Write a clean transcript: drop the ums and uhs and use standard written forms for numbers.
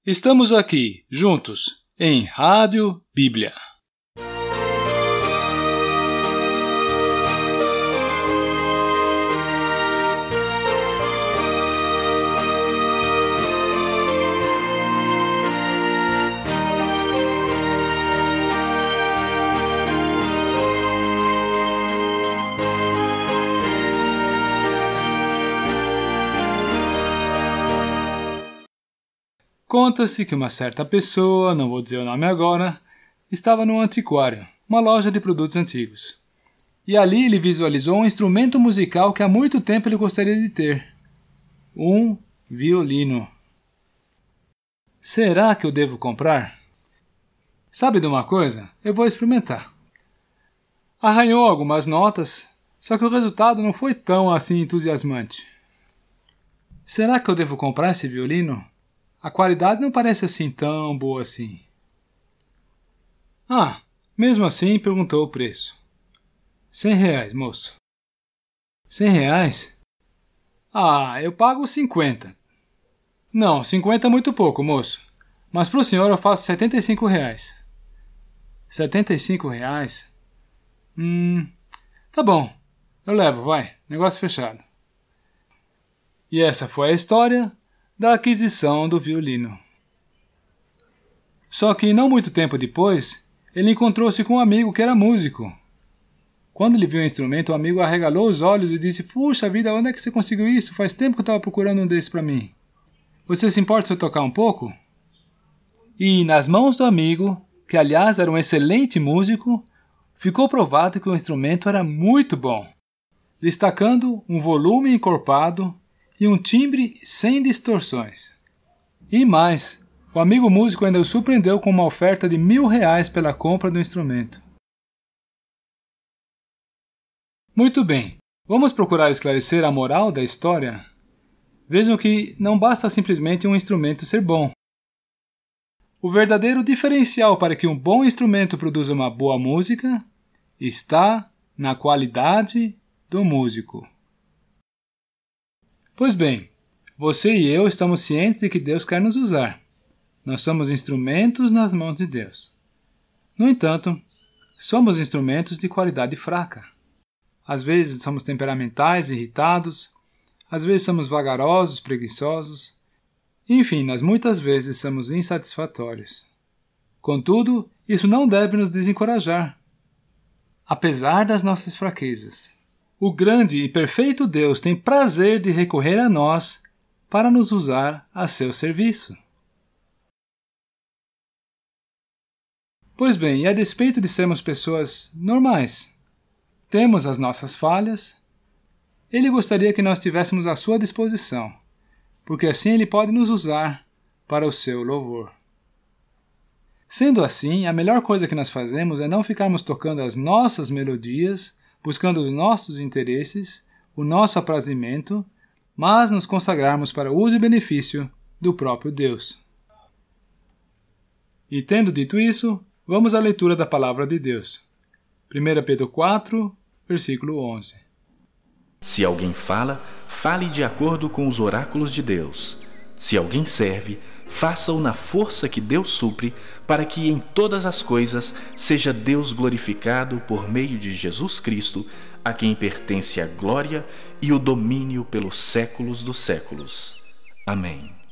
Estamos aqui, juntos, em Rádio Bíblia. Conta-se que uma certa pessoa, não vou dizer o nome agora, estava num antiquário, uma loja de produtos antigos. E ali ele visualizou um instrumento musical que há muito tempo ele gostaria de ter. Um violino. Será que eu devo comprar? Sabe de uma coisa? Eu vou experimentar. Arranhou algumas notas, só que o resultado não foi tão assim entusiasmante. Será que eu devo comprar esse violino? A qualidade não parece assim tão boa assim. Mesmo assim perguntou o preço. R$100, moço. R$100? Eu pago 50. Não, 50 é muito pouco, moço. Mas pro senhor eu faço R$75. R$75? Tá bom. Eu levo, vai. Negócio fechado. E essa foi a história da aquisição do violino. Só que não muito tempo depois, ele encontrou-se com um amigo que era músico. Quando ele viu o instrumento, o amigo arregalou os olhos e disse: "Puxa vida, onde é que você conseguiu isso? Faz tempo que eu estava procurando um desses para mim. Você se importa se eu tocar um pouco?" E nas mãos do amigo, que aliás era um excelente músico, ficou provado que o instrumento era muito bom, destacando um volume encorpado e um timbre sem distorções. E mais, o amigo músico ainda o surpreendeu com uma oferta de R$1.000 pela compra do instrumento. Muito bem, vamos procurar esclarecer a moral da história? Vejam que não basta simplesmente um instrumento ser bom. O verdadeiro diferencial para que um bom instrumento produza uma boa música está na qualidade do músico. Pois bem, você e eu estamos cientes de que Deus quer nos usar. Nós somos instrumentos nas mãos de Deus. No entanto, somos instrumentos de qualidade fraca. Às vezes somos temperamentais, irritados. Às vezes somos vagarosos, preguiçosos. Enfim, nós muitas vezes somos insatisfatórios. Contudo, isso não deve nos desencorajar. Apesar das nossas fraquezas, o grande e perfeito Deus tem prazer de recorrer a nós para nos usar a seu serviço. Pois bem, e a despeito de sermos pessoas normais, temos as nossas falhas, Ele gostaria que nós estivéssemos à sua disposição, porque assim Ele pode nos usar para o seu louvor. Sendo assim, a melhor coisa que nós fazemos é não ficarmos tocando as nossas melodias, buscando os nossos interesses, o nosso aprazimento, mas nos consagrarmos para o uso e benefício do próprio Deus. E tendo dito isso, vamos à leitura da palavra de Deus. 1 Pedro 4, versículo 11. Se alguém fala, fale de acordo com os oráculos de Deus. Se alguém serve, faça-o na força que Deus supre, para que em todas as coisas seja Deus glorificado por meio de Jesus Cristo, a quem pertence a glória e o domínio pelos séculos dos séculos. Amém.